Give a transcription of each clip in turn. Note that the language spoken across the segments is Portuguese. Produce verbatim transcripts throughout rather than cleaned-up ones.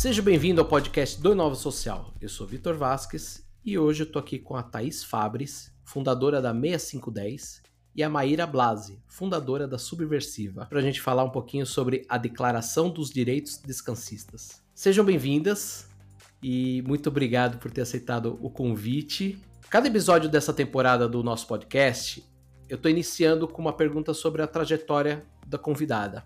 Seja bem-vindo ao podcast do Inova Social. Eu sou Vitor Vasques e hoje eu tô aqui com a Thaís Fabris, fundadora da sessenta e cinco dez, e a Maíra Blasi, fundadora da Subversiva, para a gente falar um pouquinho sobre a Declaração dos Direitos Descancistas. Sejam bem-vindas e muito obrigado por ter aceitado o convite. Cada episódio dessa temporada do nosso podcast, eu tô iniciando com uma pergunta sobre a trajetória da convidada.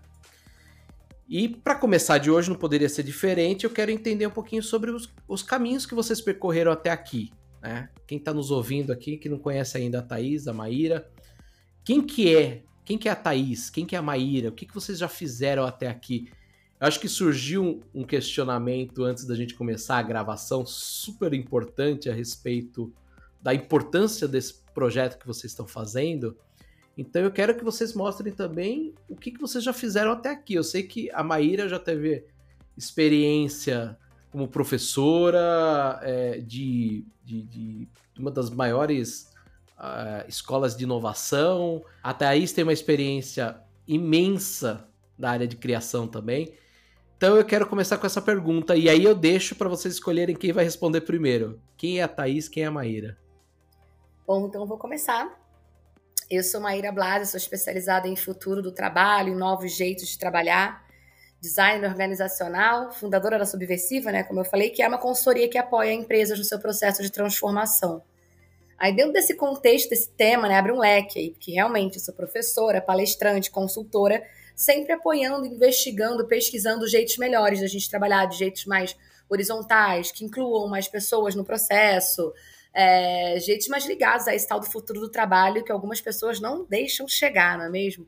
E para começar de hoje, não poderia ser diferente, eu quero entender um pouquinho sobre os, os caminhos que vocês percorreram até aqui, né? Quem está nos ouvindo aqui, que não conhece ainda a Thaís, a Maíra, quem que é? Quem que é a Thaís? Quem que é a Maíra? O que, que vocês já fizeram até aqui? Eu acho que surgiu um, um questionamento antes da gente começar a gravação super importante a respeito da importância desse projeto que vocês estão fazendo. Então eu quero que vocês mostrem também o que, que vocês já fizeram até aqui. Eu sei que a Maíra já teve experiência como professora é, de, de, de uma das maiores uh, escolas de inovação. A Thaís tem uma experiência imensa da área de criação também. Então eu quero começar com essa pergunta e aí eu deixo para vocês escolherem quem vai responder primeiro. Quem é a Thaís, quem é a Maíra? Bom, então eu vou começar. Eu sou Maíra Blasi, sou especializada em futuro do trabalho, em novos jeitos de trabalhar, design organizacional, fundadora da Subversiva, né, como eu falei, que é uma consultoria que apoia empresas no seu processo de transformação. Aí dentro desse contexto, desse tema, né, abre um leque aí, porque realmente eu sou professora, palestrante, consultora, sempre apoiando, investigando, pesquisando jeitos melhores da gente trabalhar, de jeitos mais horizontais, que incluam mais pessoas no processo, É, jeitos mais ligados a esse tal do futuro do trabalho que algumas pessoas não deixam chegar, não é mesmo?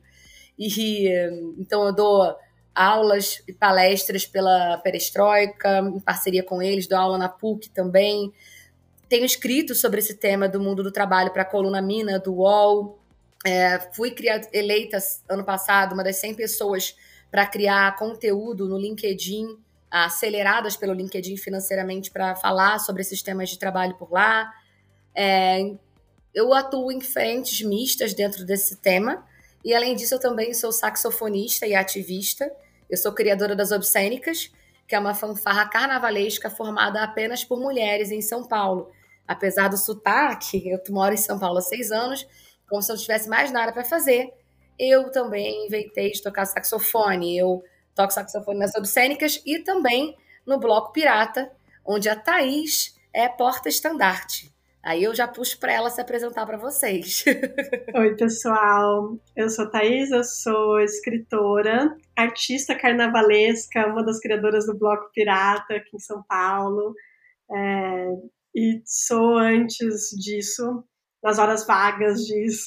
E então eu dou aulas e palestras pela Perestroika, em parceria com eles, dou aula na P U C também. Tenho escrito sobre esse tema do mundo do trabalho para a coluna Mina, do U O L. É, fui criada, eleita ano passado uma das cem pessoas para criar conteúdo no LinkedIn, aceleradas pelo LinkedIn financeiramente para falar sobre esses temas de trabalho por lá. É, eu atuo em frentes mistas dentro desse tema e, além disso, eu também sou saxofonista e ativista. Eu sou criadora das Obscênicas, que é uma fanfarra carnavalesca formada apenas por mulheres em São Paulo. Apesar do sotaque, eu moro em São Paulo há seis anos, como se eu não tivesse mais nada para fazer. Eu também inventei de tocar saxofone. Eu toco saxofone nas Obscênicas e também no Bloco Pirata, onde a Thaís é porta-estandarte. Aí eu já puxo para ela se apresentar para vocês. Oi, pessoal. Eu sou Thaís, eu sou escritora, artista carnavalesca, uma das criadoras do Bloco Pirata aqui em São Paulo. É, e sou, antes disso, nas horas vagas disso,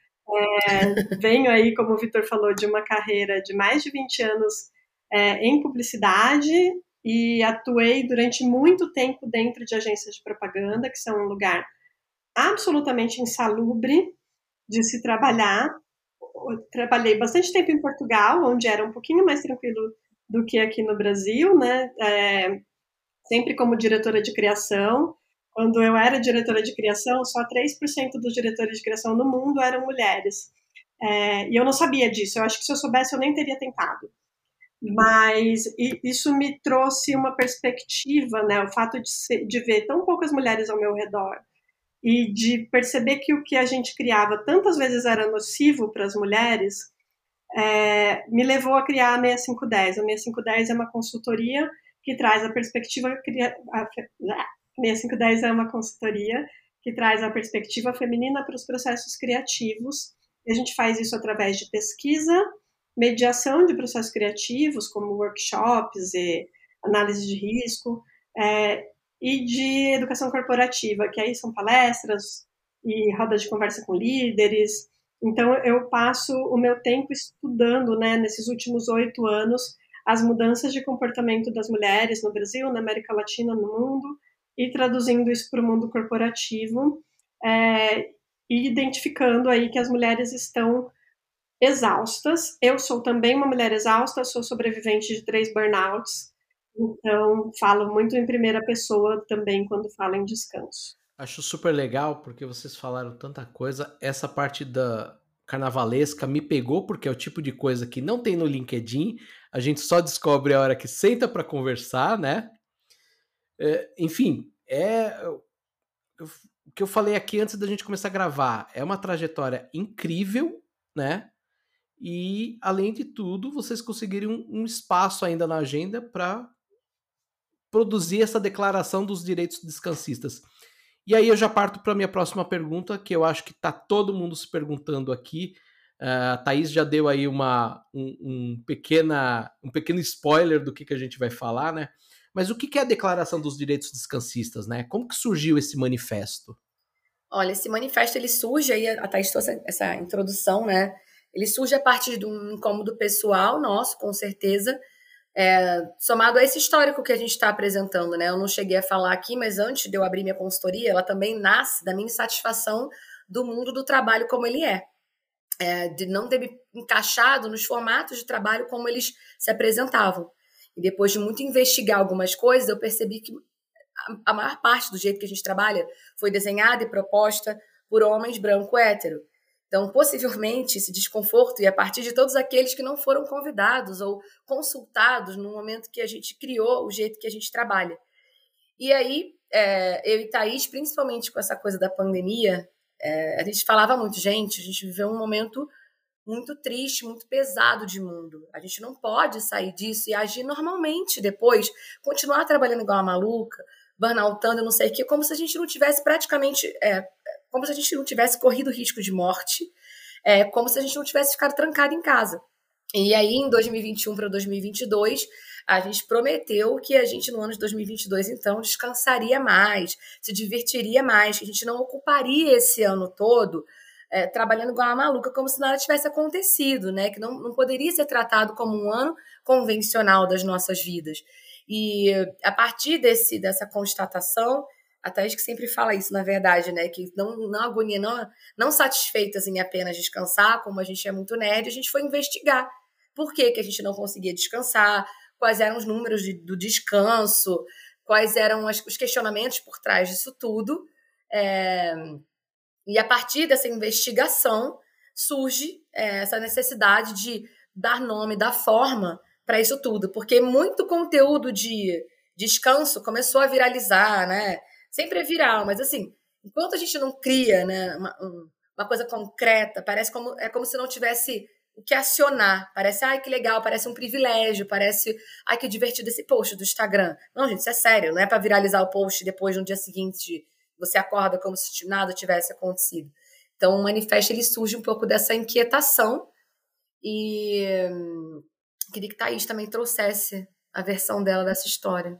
é, venho aí, como o Vitor falou, de uma carreira de mais de vinte anos É, em publicidade e atuei durante muito tempo dentro de agências de propaganda, que são um lugar absolutamente insalubre de se trabalhar. Eu trabalhei bastante tempo em Portugal, onde era um pouquinho mais tranquilo do que aqui no Brasil, né? É, sempre como diretora de criação. Quando eu era diretora de criação, só três por cento dos diretores de criação no mundo eram mulheres. É, e eu não sabia disso. Eu acho que se eu soubesse, eu nem teria tentado. Mas isso me trouxe uma perspectiva, né? O fato de, ser, de ver tão poucas mulheres ao meu redor e de perceber que o que a gente criava tantas vezes era nocivo para as mulheres, é, me levou a criar a sessenta e cinco dez. A sessenta e cinco dez é uma consultoria que traz a perspectiva... A, a sessenta e cinco dez é uma consultoria que traz a perspectiva feminina para os processos criativos. E a gente faz isso através de pesquisa, mediação de processos criativos, como workshops e análise de risco, é, e de educação corporativa, que aí são palestras e rodas de conversa com líderes. Então, eu passo o meu tempo estudando, né, nesses últimos oito anos, as mudanças de comportamento das mulheres no Brasil, na América Latina, no mundo, e traduzindo isso para o mundo corporativo, é, e identificando aí que as mulheres estão exaustas. Eu sou também uma mulher exausta, sou sobrevivente de três burnouts, então falo muito em primeira pessoa também quando falo em descanso. Acho super legal porque vocês falaram tanta coisa. Essa parte da carnavalesca me pegou porque é o tipo de coisa que não tem no LinkedIn. A gente só descobre a hora que senta para conversar, né? É, enfim, é o que eu falei aqui antes da gente começar a gravar. É uma trajetória incrível, né? E, além de tudo, vocês conseguiram um, um espaço ainda na agenda para produzir essa declaração dos direitos descancistas. E aí eu já parto para a minha próxima pergunta, que eu acho que está todo mundo se perguntando aqui. Uh, a Thaís já deu aí uma, um, um, pequena, um pequeno spoiler do que, que a gente vai falar, né? Mas o que, que é a Declaração dos Direitos Descancistas, né? Como que surgiu esse manifesto? Olha, esse manifesto, ele surge, aí a Thaís trouxe essa introdução, né? Ele surge a partir de um incômodo pessoal nosso, com certeza, É, somado a esse histórico que a gente está apresentando, né? Eu não cheguei a falar aqui, mas antes de eu abrir minha consultoria, ela também nasce da minha insatisfação do mundo do trabalho como ele é, é de não ter me encaixado nos formatos de trabalho como eles se apresentavam. E depois de muito investigar algumas coisas, eu percebi que a, a maior parte do jeito que a gente trabalha foi desenhada e proposta por homens branco hétero. Então, possivelmente, esse desconforto e a partir de todos aqueles que não foram convidados ou consultados no momento que a gente criou o jeito que a gente trabalha. E aí, é, eu e Thaís, principalmente com essa coisa da pandemia, é, a gente falava muito, gente, a gente viveu um momento muito triste, muito pesado de mundo. A gente não pode sair disso e agir normalmente depois, continuar trabalhando igual uma maluca, burnoutando, não sei o quê, como se a gente não tivesse praticamente... É, como se a gente não tivesse corrido risco de morte, é, como se a gente não tivesse ficado trancado em casa. E aí, em dois mil e vinte e um para dois mil e vinte e dois, a gente prometeu que a gente, no ano de dois mil e vinte e dois, então, descansaria mais, se divertiria mais, que a gente não ocuparia esse ano todo é, trabalhando igual uma maluca, como se nada tivesse acontecido, né? Que não, não poderia ser tratado como um ano convencional das nossas vidas. E a partir desse, dessa constatação, a Thaís que sempre fala isso, na verdade, né? Que não, não agonia, não, não satisfeitas em apenas descansar, como a gente é muito nerd, a gente foi investigar por que, que a gente não conseguia descansar, quais eram os números de, do descanso, quais eram as, os questionamentos por trás disso tudo. É, e a partir dessa investigação surge é, essa necessidade de dar nome, dar forma para isso tudo, porque muito conteúdo de descanso começou a viralizar, né? Sempre é viral, mas assim, enquanto a gente não cria, né, uma, uma coisa concreta, parece como, é como se não tivesse o que acionar. Parece, ai, que legal, parece um privilégio, parece, ai, que divertido esse post do Instagram. Não, gente, isso é sério, não é para viralizar o post e depois, no dia seguinte, você acorda como se nada tivesse acontecido. Então, o manifesto, ele surge um pouco dessa inquietação e hum, queria que Thaís também trouxesse a versão dela dessa história.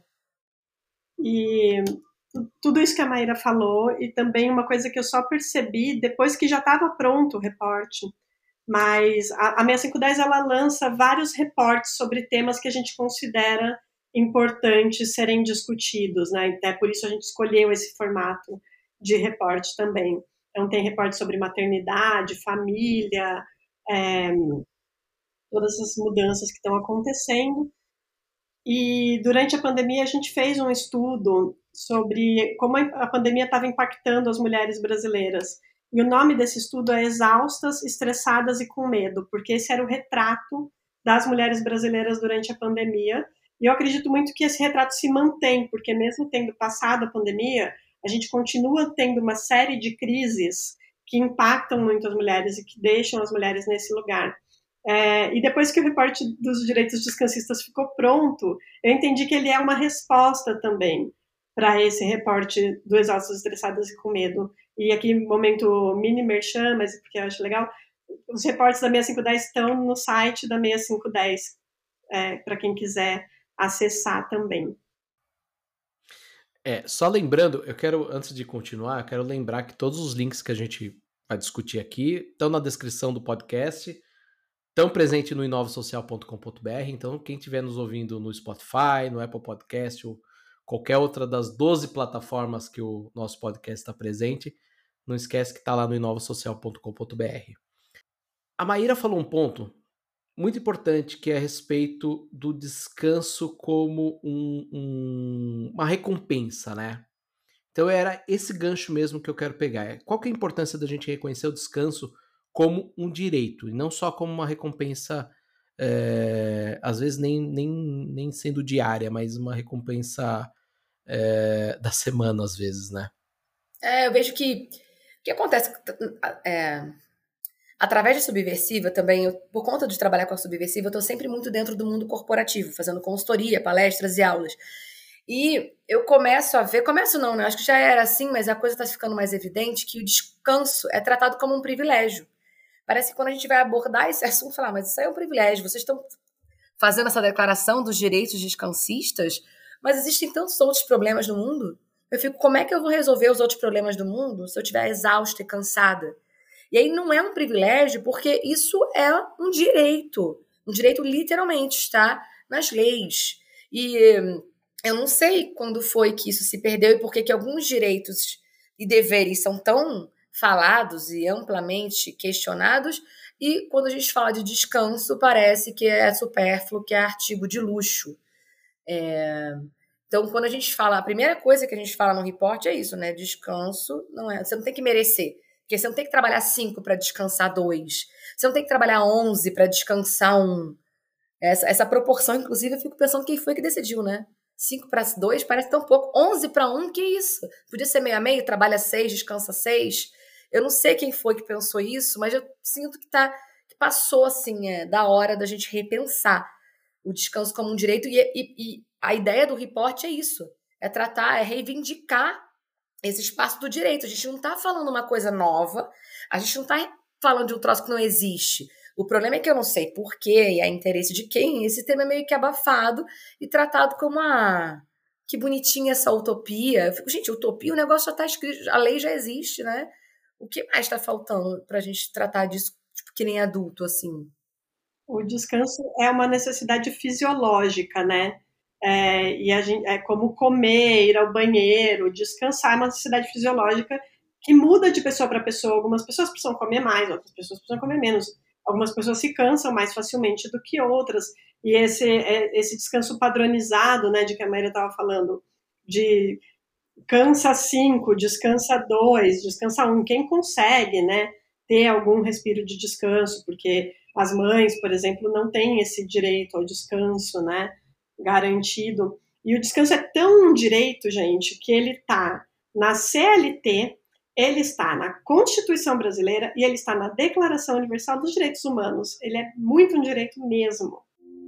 E tudo isso que a Maíra falou, e também uma coisa que eu só percebi depois que já estava pronto o reporte, mas a, a seis cinco dez ela lança vários reportes sobre temas que a gente considera importantes serem discutidos, né? Até por isso a gente escolheu esse formato de reporte também. Então tem reporte sobre maternidade, família, é, todas as mudanças que estão acontecendo. E durante a pandemia a gente fez um estudo sobre como a pandemia estava impactando as mulheres brasileiras. E o nome desse estudo é Exaustas, Estressadas e com Medo, porque esse era o retrato das mulheres brasileiras durante a pandemia. E eu acredito muito que esse retrato se mantém, porque mesmo tendo passado a pandemia, a gente continua tendo uma série de crises que impactam muito as mulheres e que deixam as mulheres nesse lugar. É, e depois que o reporte dos direitos descansistas ficou pronto, eu entendi que ele é uma resposta também para esse reporte do Exaustos, Estressadas e com Medo. E aqui, momento mini merchan, mas porque eu acho legal, os reportes da seis cinco dez estão no site da seis cinco dez, é, para quem quiser acessar também. É, só lembrando, eu quero, antes de continuar, eu quero lembrar que todos os links que a gente vai discutir aqui estão na descrição do podcast, estão presentes no inova social ponto com ponto b r, então quem estiver nos ouvindo no Spotify, no Apple Podcast ou qualquer outra das doze plataformas que o nosso podcast está presente, não esquece que está lá no inova social ponto com ponto b r. A Maíra falou um ponto muito importante que é a respeito do descanso como um, um, uma recompensa, né? Então era esse gancho mesmo que eu quero pegar. Qual que é a importância da gente reconhecer o descanso como um direito, e não só como uma recompensa, é, às vezes nem, nem, nem sendo diária, mas uma recompensa é, da semana, às vezes, né? É, eu vejo que o que acontece é, através de Subversiva também, eu, por conta de trabalhar com a Subversiva, eu estou sempre muito dentro do mundo corporativo, fazendo consultoria, palestras e aulas. E eu começo a ver, começo não, né? Acho que já era assim, mas a coisa está ficando mais evidente que o descanso é tratado como um privilégio. Parece que quando a gente vai abordar esse assunto, falar, mas isso aí é um privilégio, vocês estão fazendo essa declaração dos direitos descansistas, mas existem tantos outros problemas no mundo. Eu fico, como é que eu vou resolver os outros problemas do mundo se eu estiver exausta e cansada? E aí não é um privilégio, porque isso é um direito. Um direito literalmente está nas leis. E eu não sei quando foi que isso se perdeu e por que que alguns direitos e deveres são tão falados e amplamente questionados, e quando a gente fala de descanso, parece que é supérfluo, que é artigo de luxo. É... Então, quando a gente fala, a primeira coisa que a gente fala no report é isso, né? Descanso não é. Você não tem que merecer. Porque você não tem que trabalhar cinco para descansar dois. Você não tem que trabalhar onze para descansar um. Essa, essa proporção, inclusive, eu fico pensando quem foi que decidiu, né? cinco para dois parece tão pouco. onze para um, que isso? Podia ser meio a meio, trabalha seis, descansa seis. Eu não sei quem foi que pensou isso, mas eu sinto que, tá, que passou, assim, é, da hora da gente repensar o descanso como um direito. E, e, e a ideia do report é isso. É tratar, é reivindicar esse espaço do direito. A gente não está falando uma coisa nova, a gente não está falando de um troço que não existe. O problema é que eu não sei por quê e é interesse de quem. Esse tema é meio que abafado e tratado como uma... Que bonitinha essa utopia. Eu fico, gente, utopia, o negócio já está escrito, a lei já existe, né? O que mais está faltando para a gente tratar disso, tipo, que nem adulto, assim? O descanso é uma necessidade fisiológica, né? É, e a gente, é como comer, ir ao banheiro, descansar é uma necessidade fisiológica que muda de pessoa para pessoa. Algumas pessoas precisam comer mais, outras pessoas precisam comer menos. Algumas pessoas se cansam mais facilmente do que outras. E esse, esse descanso padronizado, né, de que a Maíra estava falando, de cansa cinco, descansa dois, descansa um, quem consegue, né, ter algum respiro de descanso, porque as mães, por exemplo, não têm esse direito ao descanso, né, garantido. E o descanso é tão um direito, gente, que ele está na C L T, ele está na Constituição Brasileira e ele está na Declaração Universal dos Direitos Humanos. Ele é muito um direito mesmo.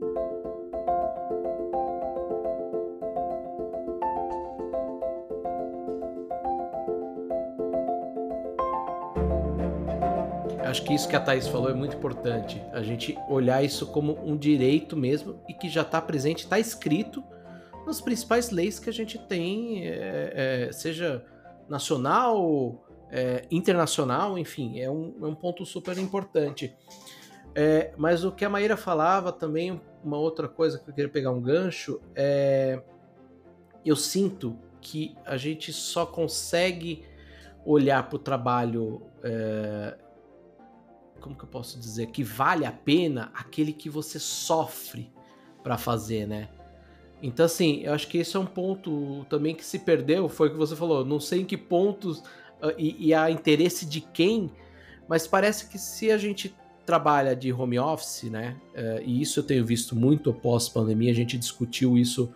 Acho que isso que a Thaís falou é muito importante. A gente olhar isso como um direito mesmo e que já está presente, está escrito nas principais leis que a gente tem, é, é, seja nacional, é, internacional, enfim, é um, é um ponto super importante. É, mas o que a Maíra falava também, uma outra coisa que eu queria pegar um gancho, é eu sinto que a gente só consegue olhar para o trabalho... É, como que eu posso dizer, que vale a pena aquele que você sofre para fazer, né? Então, assim, eu acho que esse é um ponto também que se perdeu, foi o que você falou, não sei em que pontos uh, e, e há interesse de quem, mas parece que se a gente trabalha de home office, né, uh, e isso eu tenho visto muito pós-pandemia, a gente discutiu isso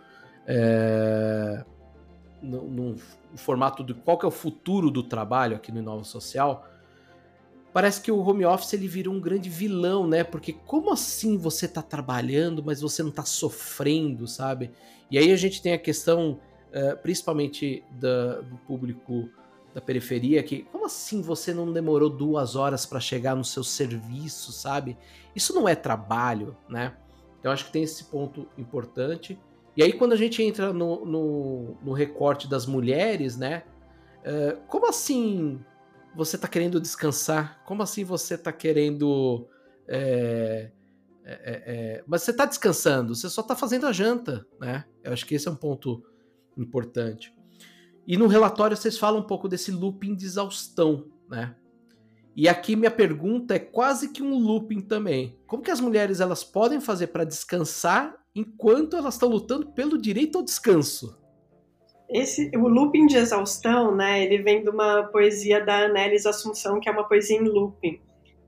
uh, no, no formato de qual que é o futuro do trabalho aqui no Inova Social. Parece que o home office ele virou um grande vilão, né? Porque como assim você tá trabalhando, mas você não tá sofrendo, sabe? E aí a gente tem a questão, uh, principalmente da, do público da periferia, que como assim você não demorou duas horas para chegar no seu serviço, sabe? Isso não é trabalho, né? Então acho que tem esse ponto importante. E aí quando a gente entra no, no, no recorte das mulheres, né? Uh, como assim... você tá querendo descansar? Como assim você tá querendo... É, é, é, mas você tá descansando, você só tá fazendo a janta, né? Eu acho que esse é um ponto importante. E no relatório vocês falam um pouco desse looping de exaustão, né? E aqui minha pergunta é quase que um looping também. Como que as mulheres elas podem fazer para descansar enquanto elas estão lutando pelo direito ao descanso? Esse, o looping de exaustão, né, ele vem de uma poesia da Annelise Assunção, que é uma poesia em looping.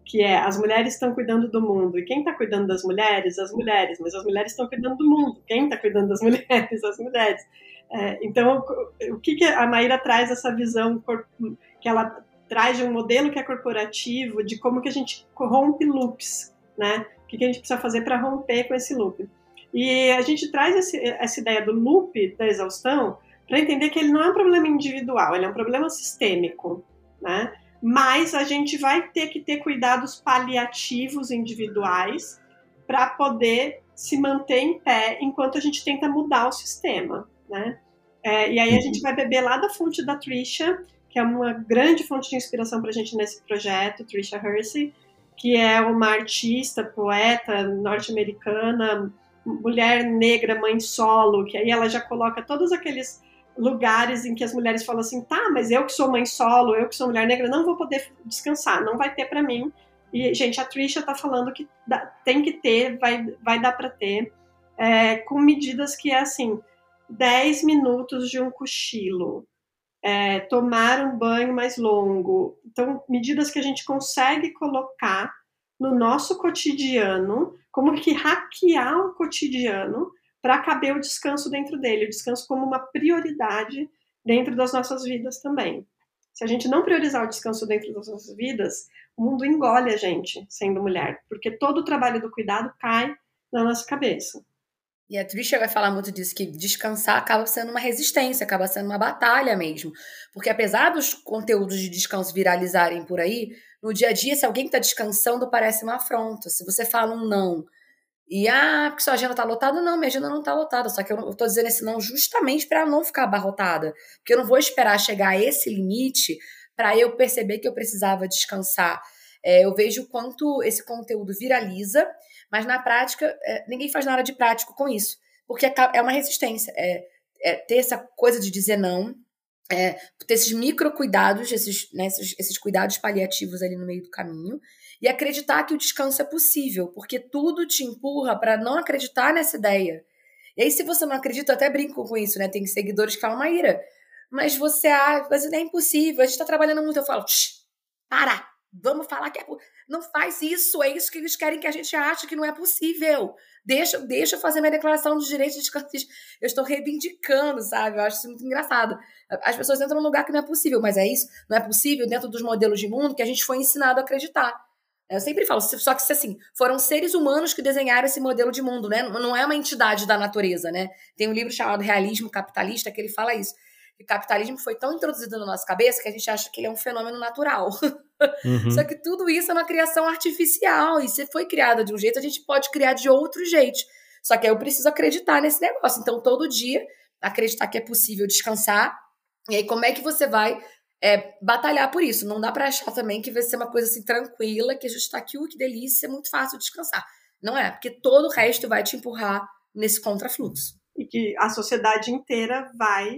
que é as mulheres estão cuidando do mundo. E quem está cuidando das mulheres? As mulheres. Mas as mulheres estão cuidando do mundo. Quem está cuidando das mulheres? As mulheres. É, então, o que, que a Maíra traz essa visão que ela traz de um modelo que é corporativo, de como que a gente rompe loops, né? O que, que a gente precisa fazer para romper com esse loop. E a gente traz esse, essa ideia do loop da exaustão para entender que ele não é um problema individual, ele é um problema sistêmico, né? Mas a gente vai ter que ter cuidados paliativos individuais para poder se manter em pé enquanto a gente tenta mudar o sistema, né? É, e aí a gente vai beber lá da fonte da Trisha, que é uma grande fonte de inspiração para a gente nesse projeto, Trisha Hersey, que é uma artista, poeta norte-americana, mulher negra, mãe solo, que aí ela já coloca todos aqueles lugares em que as mulheres falam assim, tá, mas eu que sou mãe solo, eu que sou mulher negra, não vou poder descansar, não vai ter para mim. E, gente, a Trisha tá falando que dá, tem que ter, vai, vai dar para ter, é, com medidas que é assim, dez minutos de um cochilo, é, tomar um banho mais longo. Então, medidas que a gente consegue colocar no nosso cotidiano, como que hackear o cotidiano para caber o descanso dentro dele, o descanso como uma prioridade dentro das nossas vidas também. Se a gente não priorizar o descanso dentro das nossas vidas, o mundo engole a gente, sendo mulher, porque todo o trabalho do cuidado cai na nossa cabeça. E a Trisha vai falar muito disso, que descansar acaba sendo uma resistência, acaba sendo uma batalha mesmo. Porque apesar dos conteúdos de descanso viralizarem por aí, no dia a dia, se alguém está descansando, parece uma afronta. Se você fala um não, e ah, porque sua agenda tá lotada, não, minha agenda não tá lotada, só que eu, eu tô dizendo esse não justamente para não ficar abarrotada, porque eu não vou esperar chegar a esse limite para eu perceber que eu precisava descansar. É, eu vejo o quanto esse conteúdo viraliza, mas na prática, é, ninguém faz nada de prático com isso, porque é uma resistência, é, é ter essa coisa de dizer não, é, ter esses micro cuidados, esses, né, esses, esses cuidados paliativos ali no meio do caminho, e acreditar que o descanso é possível, porque tudo te empurra para não acreditar nessa ideia. E aí, se você não acredita, eu até brinco com isso, né? Tem seguidores que falam, Maíra, mas você ah, mas é impossível, a gente tá trabalhando muito. Eu falo, para, vamos falar que é possível. Não faz isso, é isso que eles querem que a gente ache que não é possível. Deixa, deixa eu fazer minha declaração dos direitos de descanso. Eu estou reivindicando, sabe? Eu acho isso muito engraçado. As pessoas entram num lugar que não é possível, mas é isso, não é possível dentro dos modelos de mundo que a gente foi ensinado a acreditar. Eu sempre falo, só que assim, foram seres humanos que desenharam esse modelo de mundo, né? Não é uma entidade da natureza, né? Tem um livro chamado Realismo Capitalista que ele fala isso. Que o capitalismo foi tão introduzido na nossa cabeça que a gente acha que ele é um fenômeno natural. Uhum. Só que tudo isso é uma criação artificial. E se foi criada de um jeito, a gente pode criar de outro jeito. Só que aí eu preciso acreditar nesse negócio. Então, todo dia, acreditar que é possível descansar. E aí, como é que você vai... É, batalhar por isso, não dá pra achar também que vai ser uma coisa assim tranquila, que a gente tá aqui, uh, que delícia, é muito fácil descansar. Não é, porque todo o resto vai te empurrar nesse contrafluxo. E que a sociedade inteira vai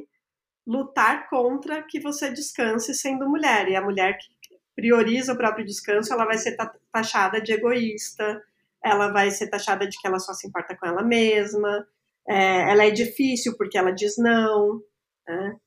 lutar contra que você descanse sendo mulher, e a mulher que prioriza o próprio descanso, ela vai ser taxada de egoísta, ela vai ser taxada de que ela só se importa com ela mesma, é, ela é difícil porque ela diz não, né?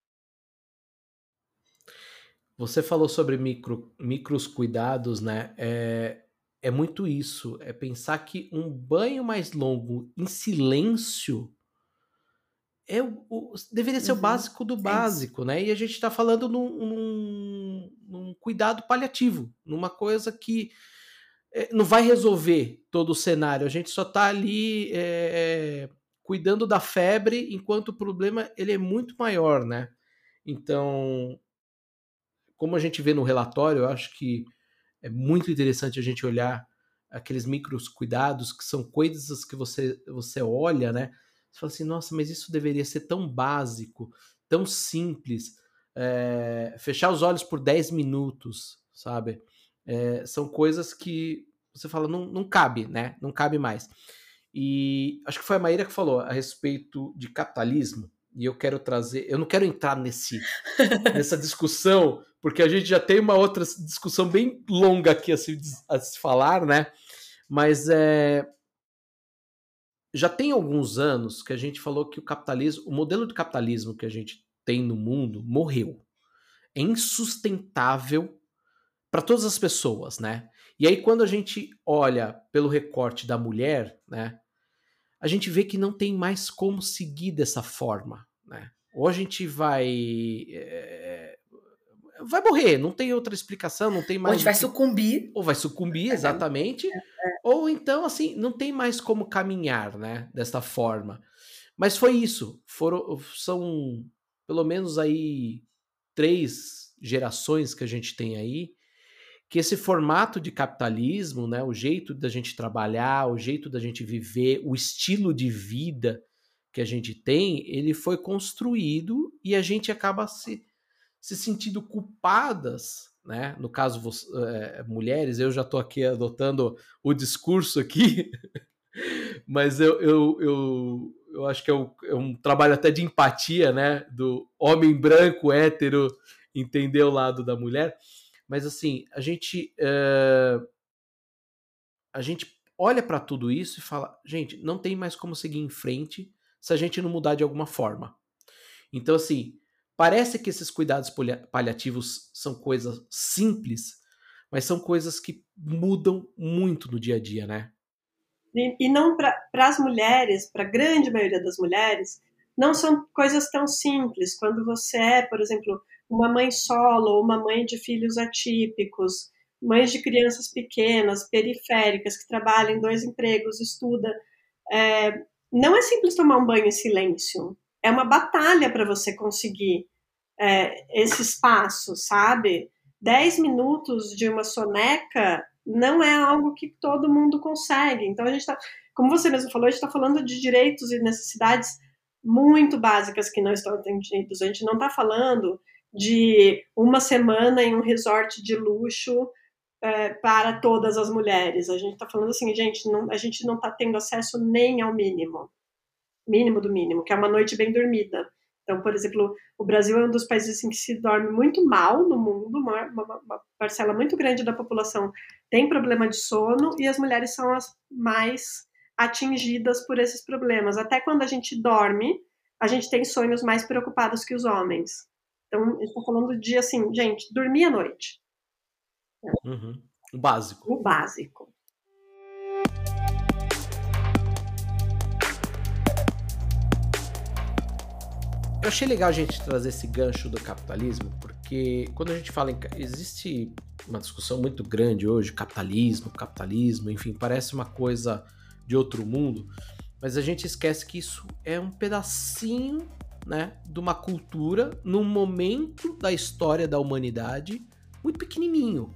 Você falou sobre micro, micros cuidados, né? É, é muito isso. É pensar que um banho mais longo em silêncio é o, o, deveria ser uhum. o básico do básico, é né? E a gente está falando num, num, num cuidado paliativo, numa coisa que é, não vai resolver todo o cenário. A gente só está ali é, cuidando da febre, enquanto o problema ele é muito maior, né? Então... Como a gente vê no relatório, eu acho que é muito interessante a gente olhar aqueles micros cuidados, que são coisas que você, você olha, né? Você fala assim, nossa, mas isso deveria ser tão básico, tão simples. É, fechar os olhos por dez minutos, sabe? É, são coisas que você fala, não, não cabe, né? Não cabe mais. E acho que foi a Maíra que falou a respeito de capitalismo, e eu quero trazer, eu não quero entrar nesse, nessa discussão, porque a gente já tem uma outra discussão bem longa aqui a se, a se falar, né? Mas é, já tem alguns anos que a gente falou que o capitalismo, o modelo de capitalismo que a gente tem no mundo morreu. É insustentável para todas as pessoas, né? E aí, quando a gente olha pelo recorte da mulher, né, a gente vê que não tem mais como seguir dessa forma, né? Ou a gente vai... É, vai morrer, não tem outra explicação, não tem mais... Ou a gente vai que, sucumbir. Ou vai sucumbir, exatamente. É, é. Ou então, assim, não tem mais como caminhar, né, dessa forma. Mas foi isso. Foram, são pelo menos aí três gerações que a gente tem aí, que esse formato de capitalismo, né, o jeito da gente trabalhar, o jeito da gente viver, o estilo de vida que a gente tem, ele foi construído e a gente acaba se, se sentindo culpadas, né? No caso, você, é, mulheres, eu já estou aqui adotando o discurso aqui, mas eu, eu, eu, eu acho que é um, é um trabalho até de empatia, né? Do homem branco, hétero, entender o lado da mulher. Mas assim, a gente, uh, a gente olha para tudo isso e fala, gente, não tem mais como seguir em frente se a gente não mudar de alguma forma. Então assim, parece que esses cuidados paliativos são coisas simples, mas são coisas que mudam muito no dia a dia, né? E, e não para as mulheres, para a grande maioria das mulheres, não são coisas tão simples. Quando você é, por exemplo, uma mãe solo, ou uma mãe de filhos atípicos, mães de crianças pequenas, periféricas, que trabalham em dois empregos, estuda, é, não é simples tomar um banho em silêncio. É uma batalha para você conseguir é, esse espaço, sabe? Dez minutos de uma soneca não é algo que todo mundo consegue. Então, a gente está, como você mesmo falou, a gente está falando de direitos e necessidades muito básicas que não estão atendidos. A gente não está falando de uma semana em um resort de luxo é, para todas as mulheres. A gente está falando assim, gente, não, a gente não está tendo acesso nem ao mínimo, mínimo do mínimo, que é uma noite bem dormida. Então, por exemplo, o Brasil é um dos países em que se dorme muito mal no mundo, uma, uma, uma parcela muito grande da população tem problema de sono e as mulheres são as mais atingidas por esses problemas. Até quando a gente dorme, a gente tem sonhos mais preocupados que os homens. Então, a gente está falando de, assim, gente, dormir à noite. Uhum. O básico. O básico. Eu achei legal a gente trazer esse gancho do capitalismo, porque quando a gente fala em... Existe uma discussão muito grande hoje, capitalismo, capitalismo, enfim, parece uma coisa de outro mundo, mas a gente esquece que isso é um pedacinho, né, de uma cultura num momento da história da humanidade muito pequenininho.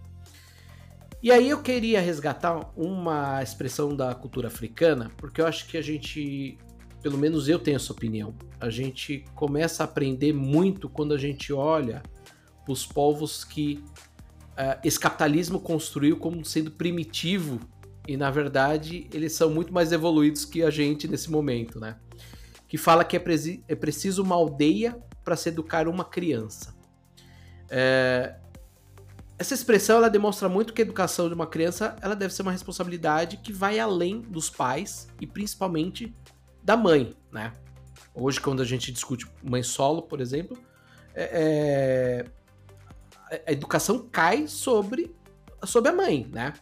E aí eu queria resgatar uma expressão da cultura africana, porque eu acho que a gente... Pelo menos eu tenho essa opinião. A gente começa a aprender muito quando a gente olha para os povos que uh, esse capitalismo construiu como sendo primitivo e, na verdade, eles são muito mais evoluídos que a gente nesse momento, né? Que fala que é, preci- é preciso uma aldeia para se educar uma criança. É... Essa expressão ela demonstra muito que a educação de uma criança ela deve ser uma responsabilidade que vai além dos pais e, principalmente, da mãe, né? Hoje, quando a gente discute mãe solo, por exemplo, é, é, a educação cai sobre, sobre a mãe, né?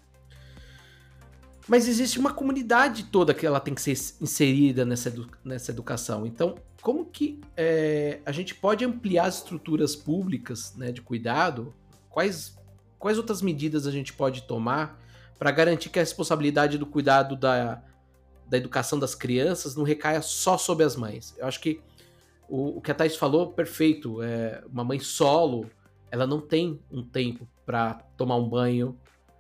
Mas existe uma comunidade toda que ela tem que ser inserida nessa, edu, nessa educação. Então, como que é, a gente pode ampliar as estruturas públicas, né, de cuidado? Quais, quais outras medidas a gente pode tomar para garantir que a responsabilidade do cuidado da da educação das crianças não recaia só sobre as mães? Eu acho que o, o que a Thaís falou, perfeito. É, uma mãe solo, ela não tem um tempo para tomar um banho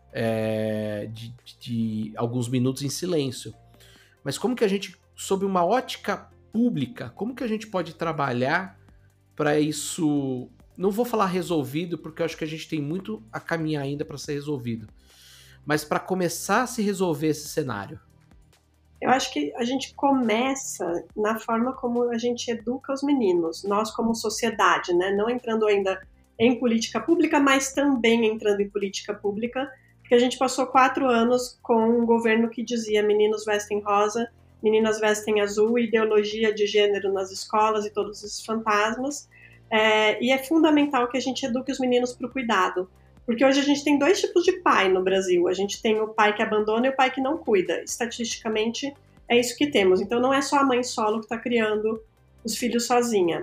é, de, de alguns minutos em silêncio. Mas como que a gente, sob uma ótica pública, como que a gente pode trabalhar para isso... Não vou falar resolvido, porque eu acho que a gente tem muito a caminhar ainda para ser resolvido. Mas para começar a se resolver esse cenário. Eu acho que a gente começa na forma como a gente educa os meninos, nós como sociedade, né? Não entrando ainda em política pública, mas também entrando em política pública, porque a gente passou quatro anos com um governo que dizia meninos vestem rosa, meninas vestem azul, ideologia de gênero nas escolas e todos esses fantasmas, é, e é fundamental que a gente eduque os meninos para o cuidado, Porque hoje a gente tem dois tipos de pai no Brasil. A gente tem o pai que abandona e o pai que não cuida. Estatisticamente, é isso que temos. Então, não é só a mãe solo que está criando os filhos sozinha.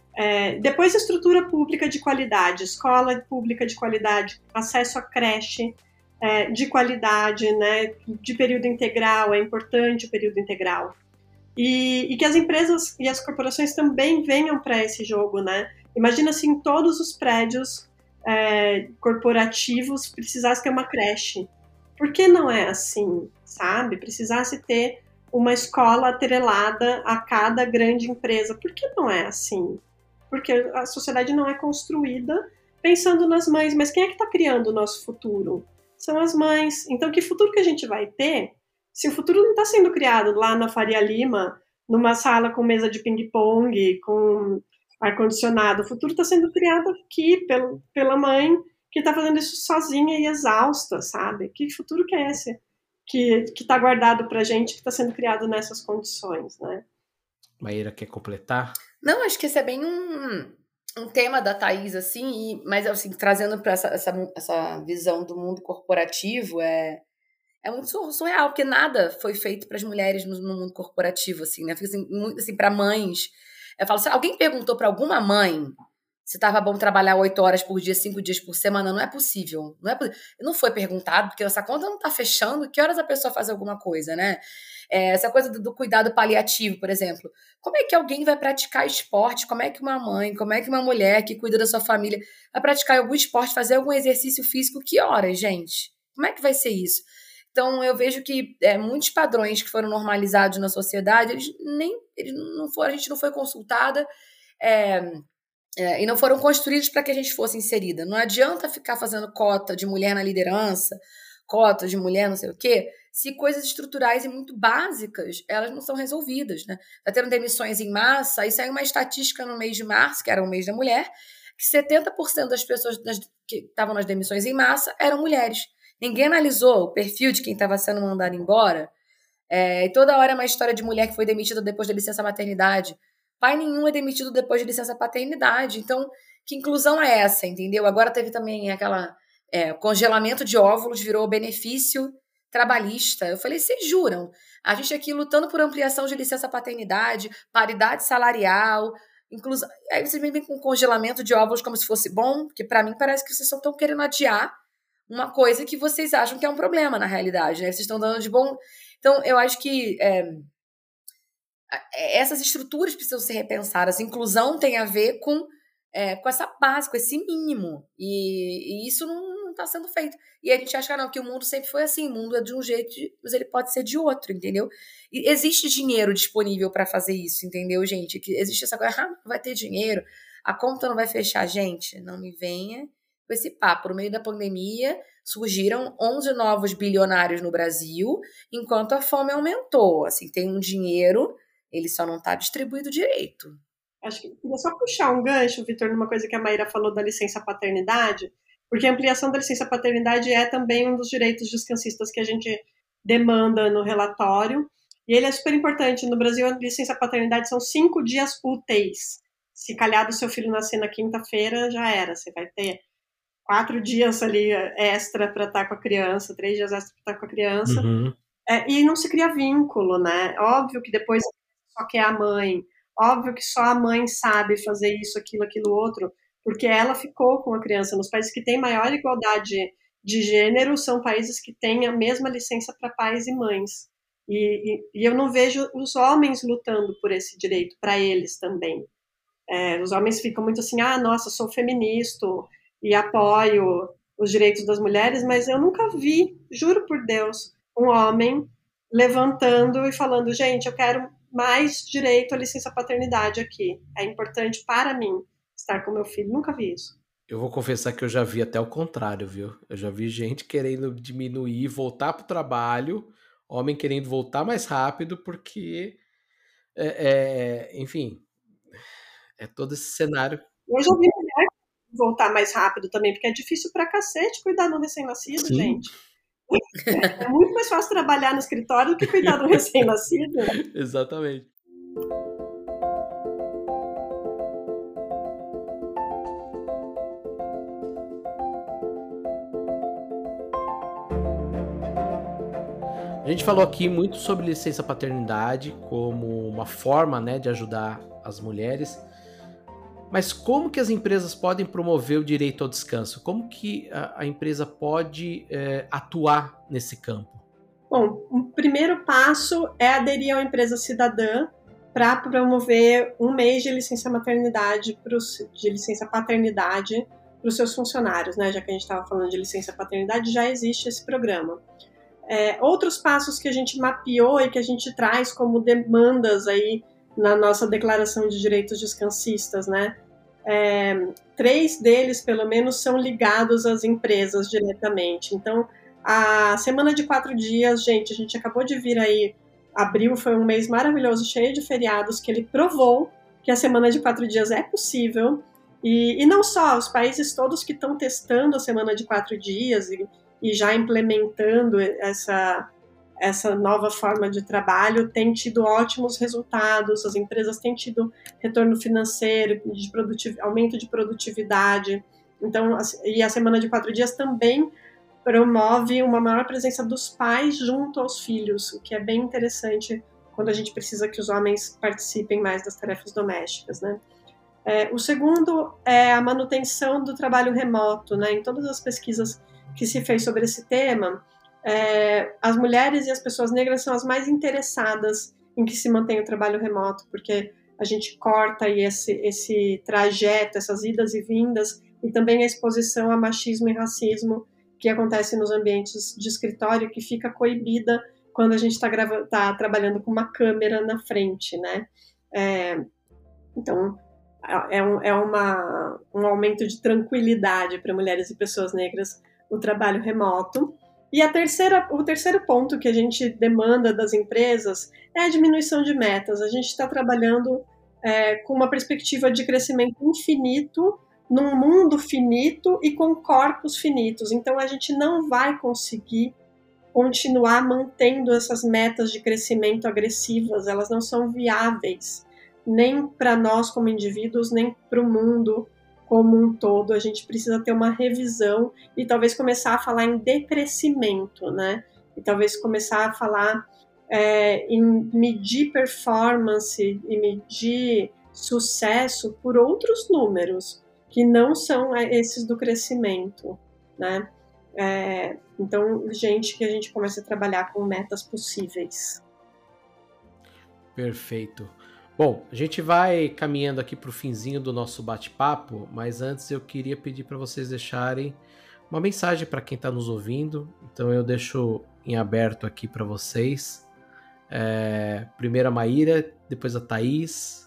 É, depois, estrutura pública de qualidade, escola pública de qualidade, acesso à creche é, de qualidade, né, de período integral, é importante o período integral. E, e que as empresas e as corporações também venham para esse jogo, né? Imagina se em todos os prédios é, corporativos precisasse ter uma creche. Por que não é assim, sabe? Precisasse ter uma escola atrelada a cada grande empresa. Por que não é assim? Porque a sociedade não é construída pensando nas mães. Mas quem é que está criando o nosso futuro? São as mães. Então, que futuro que a gente vai ter se o futuro não está sendo criado lá na Faria Lima, numa sala com mesa de ping-pong, com ar-condicionado? O futuro está sendo criado aqui pelo, pela mãe que está fazendo isso sozinha e exausta, sabe? Que futuro que é esse que está guardado para a gente, que está sendo criado nessas condições, né? Maíra, quer completar? Não, acho que esse é bem um, um tema da Thaís, assim, e, mas assim, trazendo para essa, essa, essa visão do mundo corporativo, é, é muito surreal, porque nada foi feito para as mulheres no, no mundo corporativo, assim, né? Assim, muito assim, para mães. Eu falo, se alguém perguntou para alguma mãe se estava bom trabalhar oito horas por dia, cinco dias por semana, não é possível. Não, é, não foi perguntado, porque essa conta não está fechando, que horas a pessoa faz alguma coisa, né? É, essa coisa do, do cuidado paliativo, por exemplo. Como é que alguém vai praticar esporte? Como é que uma mãe, como é que uma mulher que cuida da sua família vai praticar algum esporte, fazer algum exercício físico? Que horas, gente? Como é que vai ser isso? Então, eu vejo que é, muitos padrões que foram normalizados na sociedade, eles nem, eles não foram, a gente não foi consultada, é, é, e não foram construídos para que a gente fosse inserida. Não adianta ficar fazendo cota de mulher na liderança, cota de mulher não sei o quê, se coisas estruturais e muito básicas, elas não são resolvidas, né? Tá tendo demissões em massa, e saiu uma estatística no mês de março, que era o mês da mulher, que setenta por cento das pessoas nas, que estavam nas demissões em massa eram mulheres. Ninguém analisou o perfil de quem estava sendo mandado embora. É, e toda hora é uma história de mulher que foi demitida depois da licença maternidade. Pai nenhum é demitido depois de licença paternidade. Então, que inclusão é essa, entendeu? Agora teve também aquela é, congelamento de óvulos, virou benefício trabalhista. Eu falei, vocês juram? A gente aqui lutando por ampliação de licença paternidade, paridade salarial, inclusão. Aí vocês me vêm com congelamento de óvulos como se fosse bom, porque para mim parece que vocês só estão querendo adiar uma coisa que vocês acham que é um problema na realidade, né? Vocês estão dando de bom... Então, eu acho que é, essas estruturas precisam ser repensadas. A inclusão tem a ver com, é, com essa base, com esse mínimo. E, e isso não está sendo feito. E a gente acha não, que o mundo sempre foi assim. O mundo é de um jeito, mas ele pode ser de outro, entendeu? E existe dinheiro disponível para fazer isso, entendeu, gente? Que existe essa coisa, ah, não vai ter dinheiro, a conta não vai fechar. Gente, não me venha com esse papo. No meio da pandemia, surgiram onze novos bilionários no Brasil, enquanto a fome aumentou. Assim, tem um dinheiro, ele só não está distribuído direito. Acho que queria só puxar um gancho, Vitor, numa coisa que a Maíra falou da licença paternidade, porque a ampliação da licença paternidade é também um dos direitos descansistas que a gente demanda no relatório, e ele é super importante. No Brasil, a licença paternidade são cinco dias úteis. Se calhar do seu filho nascer na quinta-feira, já era, você vai ter quatro dias ali extra para estar com a criança, três dias extra para estar com a criança, Uhum. é, e não se cria vínculo, né? Óbvio que depois só quer a mãe, óbvio que só a mãe sabe fazer isso, aquilo, aquilo outro, porque ela ficou com a criança. Nos países que têm maior igualdade de gênero, são países que têm a mesma licença para pais e mães. E, e, e eu não vejo os homens lutando por esse direito, para eles também. É, os homens ficam muito assim, ah, nossa, sou feminista e apoio os direitos das mulheres, mas eu nunca vi, juro por Deus, um homem levantando e falando, gente, eu quero mais direito à licença paternidade aqui. É importante para mim estar com meu filho. Nunca vi isso. Eu vou confessar que eu já vi até o contrário, viu? Eu já vi gente querendo diminuir, voltar pro trabalho, homem querendo voltar mais rápido, porque, é, é, enfim, é todo esse cenário. Eu já vi mulher voltar mais rápido também, porque é difícil pra cacete cuidar de um recém-nascido, Sim. gente. É muito mais fácil trabalhar no escritório do que cuidar de um recém-nascido. Exatamente. A gente falou aqui muito sobre licença paternidade como uma forma, né, de ajudar as mulheres. Mas como que as empresas podem promover o direito ao descanso? Como que a, a empresa pode é, atuar nesse campo? Bom, o primeiro passo é aderir a uma empresa cidadã para promover um mês de licença maternidade, pros, de licença paternidade para os seus funcionários, né? Já que a gente estava falando de licença paternidade, já existe esse programa. É, outros passos que a gente mapeou e que a gente traz como demandas aí na nossa Declaração de Direitos Descancistas, né? É, três deles, pelo menos, são ligados às empresas diretamente. Então, a semana de quatro dias, gente, a gente acabou de vir aí, abril foi um mês maravilhoso, cheio de feriados, que ele provou que a semana de quatro dias é possível. E, e não só, os países todos que estão testando a semana de quatro dias e, e já implementando essa, essa nova forma de trabalho têm tido ótimos resultados, as empresas têm tido retorno financeiro, de produtiv- aumento de produtividade. Então, e a semana de quatro dias também promove uma maior presença dos pais junto aos filhos, o que é bem interessante quando a gente precisa que os homens participem mais das tarefas domésticas, né? É, o segundo é a manutenção do trabalho remoto, né? Em todas as pesquisas que se fez sobre esse tema, é, as mulheres e as pessoas negras são as mais interessadas em que se mantenha o trabalho remoto, porque a gente corta aí esse, esse trajeto, essas idas e vindas, e também a exposição a machismo e racismo que acontece nos ambientes de escritório, que fica coibida quando a gente está tá trabalhando com uma câmera na frente, né? É, então, é, um, é uma, um aumento de tranquilidade para mulheres e pessoas negras o trabalho remoto. E a terceira, o terceiro ponto que a gente demanda das empresas é a diminuição de metas. A gente está trabalhando é, com uma perspectiva de crescimento infinito, num mundo finito e com corpos finitos. Então, a gente não vai conseguir continuar mantendo essas metas de crescimento agressivas, elas não são viáveis, nem para nós como indivíduos, nem para o mundo como um todo. A gente precisa ter uma revisão e talvez começar a falar em decrescimento, né? E talvez começar a falar é, em medir performance e medir sucesso por outros números, que não são esses do crescimento, né? É, então, gente, que a gente comece a trabalhar com metas possíveis. Perfeito. Bom, a gente vai caminhando aqui para o finzinho do nosso bate-papo, mas antes eu queria pedir para vocês deixarem uma mensagem para quem está nos ouvindo. Então eu deixo em aberto aqui para vocês. É, primeiro a Maíra, depois a Thaís,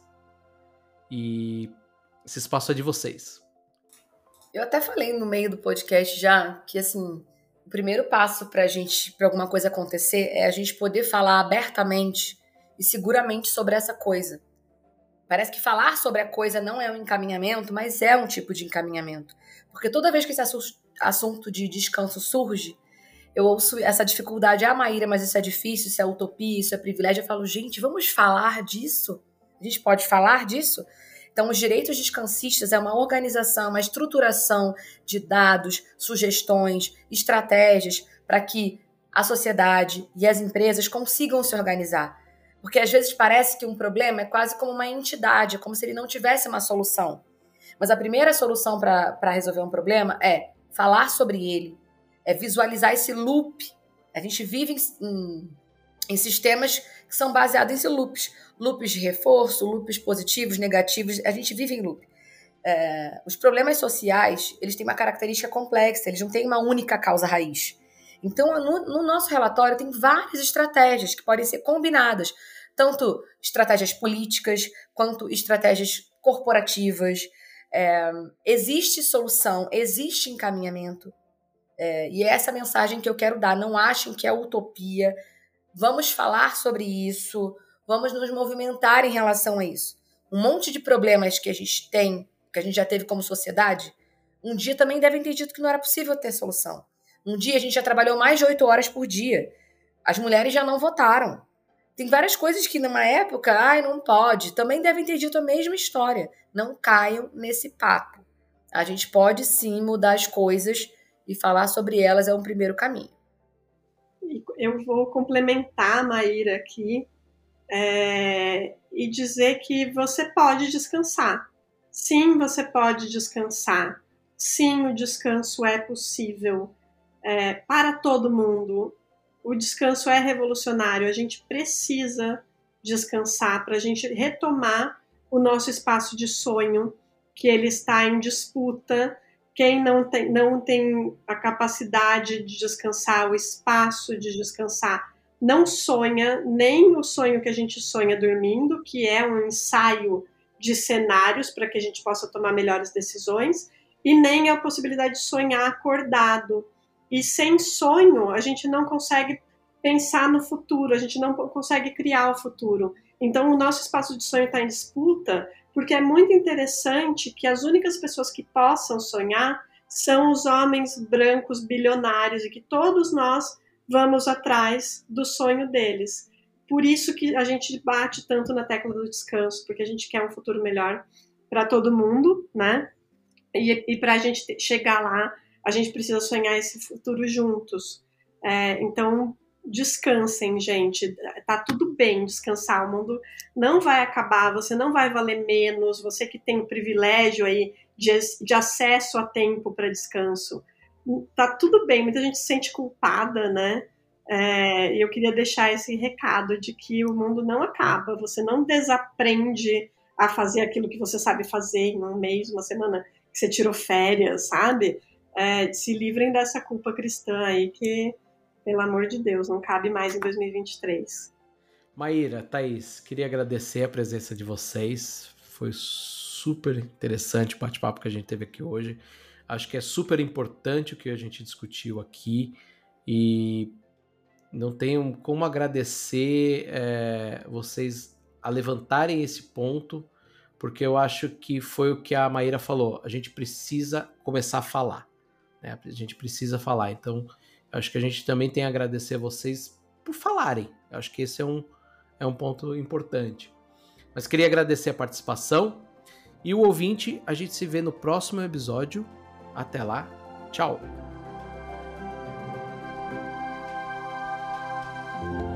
e esse espaço é de vocês. Eu até falei no meio do podcast já que, assim, o primeiro passo para a gente, para alguma coisa acontecer, é a gente poder falar abertamente e seguramente sobre essa coisa. Parece que falar sobre a coisa não é um encaminhamento, mas é um tipo de encaminhamento. Porque toda vez que esse assunto de descanso surge, eu ouço essa dificuldade, ah, Maíra, mas isso é difícil, isso é utopia, isso é privilégio. Eu falo, gente, vamos falar disso? A gente pode falar disso? Então, os direitos descansistas é uma organização, uma estruturação de dados, sugestões, estratégias para que a sociedade e as empresas consigam se organizar. Porque às vezes parece que um problema é quase como uma entidade, é como se ele não tivesse uma solução. Mas a primeira solução para resolver um problema é falar sobre ele, é visualizar esse loop. A gente vive em, em, em sistemas que são baseados em loops. Loops de reforço, loops positivos, negativos, a gente vive em loop. É, os problemas sociais, eles têm uma característica complexa, eles não têm uma única causa raiz. Então, no, no nosso relatório tem várias estratégias que podem ser combinadas, tanto estratégias políticas, quanto estratégias corporativas. É, existe solução, existe encaminhamento. É, e é essa mensagem que eu quero dar. Não achem que é utopia. Vamos falar sobre isso, vamos nos movimentar em relação a isso. Um monte de problemas que a gente tem, que a gente já teve como sociedade, um dia também devem ter dito que não era possível ter solução. Um dia a gente já trabalhou mais de oito horas por dia. As mulheres já não votaram. Tem várias coisas que numa época, ai, não pode. Também devem ter dito a mesma história. Não caiam nesse papo. A gente pode sim mudar as coisas e falar sobre elas é um primeiro caminho. eu vou complementar a Maíra aqui é, e dizer que você pode descansar. Sim, você pode descansar. Sim, o descanso é possível é, para todo mundo. O descanso é revolucionário. A gente precisa descansar para a gente retomar o nosso espaço de sonho, que ele está em disputa. Quem não tem, não tem a capacidade de descansar, o espaço de descansar, não sonha nem o sonho que a gente sonha dormindo, que é um ensaio de cenários para que a gente possa tomar melhores decisões, e nem a possibilidade de sonhar acordado. E sem sonho, a gente não consegue pensar no futuro, a gente não consegue criar o futuro. Então, o nosso espaço de sonho está em disputa, porque é muito interessante que as únicas pessoas que possam sonhar são os homens brancos bilionários e que todos nós vamos atrás do sonho deles. Por isso que a gente bate tanto na tecla do descanso, porque a gente quer um futuro melhor para todo mundo, né? E, e para a gente chegar lá, a gente precisa sonhar esse futuro juntos. É, então, descansem, gente. Tá tudo bem descansar. O mundo não vai acabar, você não vai valer menos. Você que tem o privilégio aí de, de acesso a tempo para descanso. Tá tudo bem. Muita gente se sente culpada, né? É, e eu queria deixar esse recado de que o mundo não acaba. Você não desaprende a fazer aquilo que você sabe fazer em um mês, uma semana que você tirou férias, sabe? É, se livrem dessa culpa cristã aí que, pelo amor de Deus, não cabe mais em dois mil e vinte e três. Maíra, Thaís, queria agradecer a presença de vocês. Foi super interessante o bate-papo que a gente teve aqui hoje. Acho que é super importante o que a gente discutiu aqui e não tenho como agradecer é, vocês a levantarem esse ponto, porque eu acho que foi o que a Maíra falou. A gente precisa começar a falar, né? A gente precisa falar. Então, acho que a gente também tem a agradecer a vocês por falarem. Eu acho que esse é um, é um ponto importante. Mas queria agradecer a participação. E o ouvinte, a gente se vê no próximo episódio. Até lá. Tchau.